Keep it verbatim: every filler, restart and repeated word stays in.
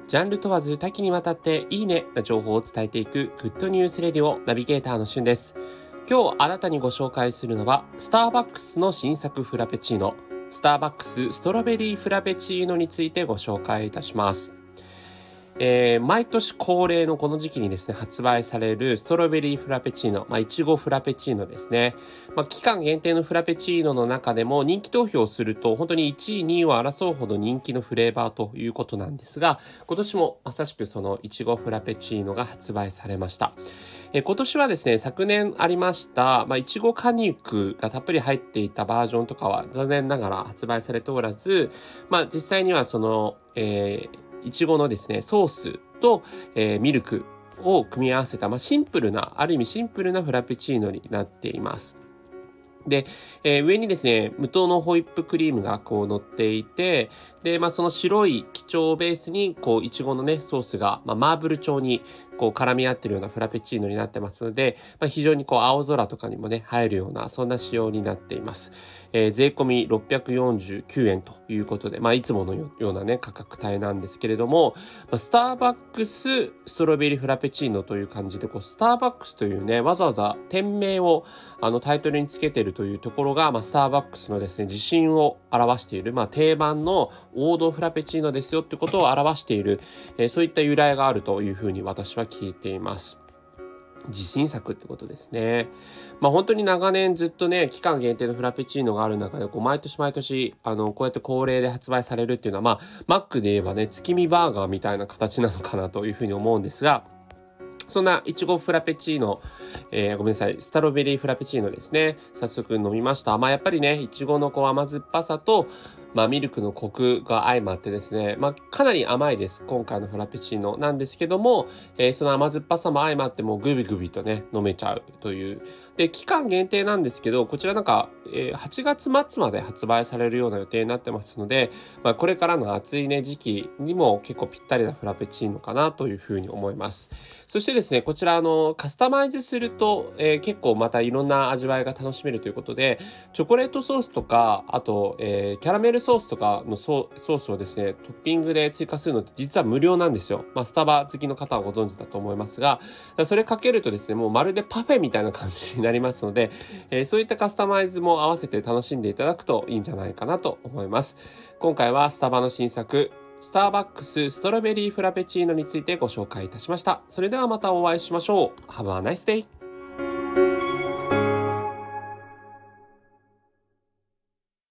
ジャンル問わず多岐にわたっていいねな情報を伝えていくグッドニュースレディオナビゲーターのしゅんです。今日あなたにご紹介するのはスターバックスの新作フラペチーノ、スターバックスストロベリーフラペチーノについてご紹介いたします。えー、毎年恒例のこの時期にですね発売されるストロベリーフラペチーノ、まあ、いちごフラペチーノですね、まあ、期間限定のフラペチーノの中でも人気投票をすると本当にいちいにいを争うほど人気のフレーバーということなんですが、今年もまさしくそのいちごフラペチーノが発売されました。えー、今年はですね昨年ありましたまあ、いちご果肉がたっぷり入っていたバージョンとかは残念ながら発売されておらず、まあ、実際にはその、えーいちごのですねソースと、えー、ミルクを組み合わせた、まあ、シンプルなある意味シンプルなフラペチーノになっています。で、えー、上にですね無糖のホイップクリームがこう乗っていて、で、まあ、その白い基調をベースにこういちごのねソースが、まあ、マーブル調にこう絡み合ってるようなフラペチーノになってますので、まあ、非常にこう青空とかにもね入るようなそんな仕様になっています。えー、税込みろっぴゃくよんじゅうきゅうえんということで、まあ、いつものようなね価格帯なんですけれども、まあ、スターバックスストロベリーフラペチーノという感じでこうスターバックスというねわざわざ店名をあのタイトルにつけているというところが、まあ、スターバックスのですね自信を表している、まあ、定番の王道フラペチーノですよってことを表している、えー、そういった由来があるというふうに私は聞いています。自信作ってことですね。まあ本当に長年ずっとね期間限定のフラペチーノがある中でこう毎年毎年あのこうやって恒例で発売されるっていうのは、まあマックで言えばね月見バーガーみたいな形なのかなというふうに思うんですが、そんないちごフラペチーノ、えー、ごめんなさいストロベリーフラペチーノですね、早速飲みました。まあやっぱりねいちごのこう甘酸っぱさとまあミルクのコクが相まってですね、まあかなり甘いです今回のフラペチーノなんですけども、えー、その甘酸っぱさも相まってもうグビグビとね飲めちゃうという。で期間限定なんですけど、こちらなんか、えー、はちがつ末まで発売されるような予定になってますので、まあ、これからの暑いね時期にも結構ぴったりなフラペチーノかなというふうに思います。そしてですねこちらあのカスタマイズすると、えー、結構またいろんな味わいが楽しめるということで、チョコレートソースとかあと、えー、キャラメルソースとかのソースをですねトッピングで追加するのって実は無料なんですよ。まあ、スタバ好きの方はご存知だと思いますが、それかけるとですねもうまるでパフェみたいな感じになりますので、えー、そういったカスタマイズも合わせて楽しんでいただくといいんじゃないかなと思います。今回はスタバの新作スターバックスストロベリーフラペチーノについてご紹介いたしました。それではまたお会いしましょう。Have a nice day!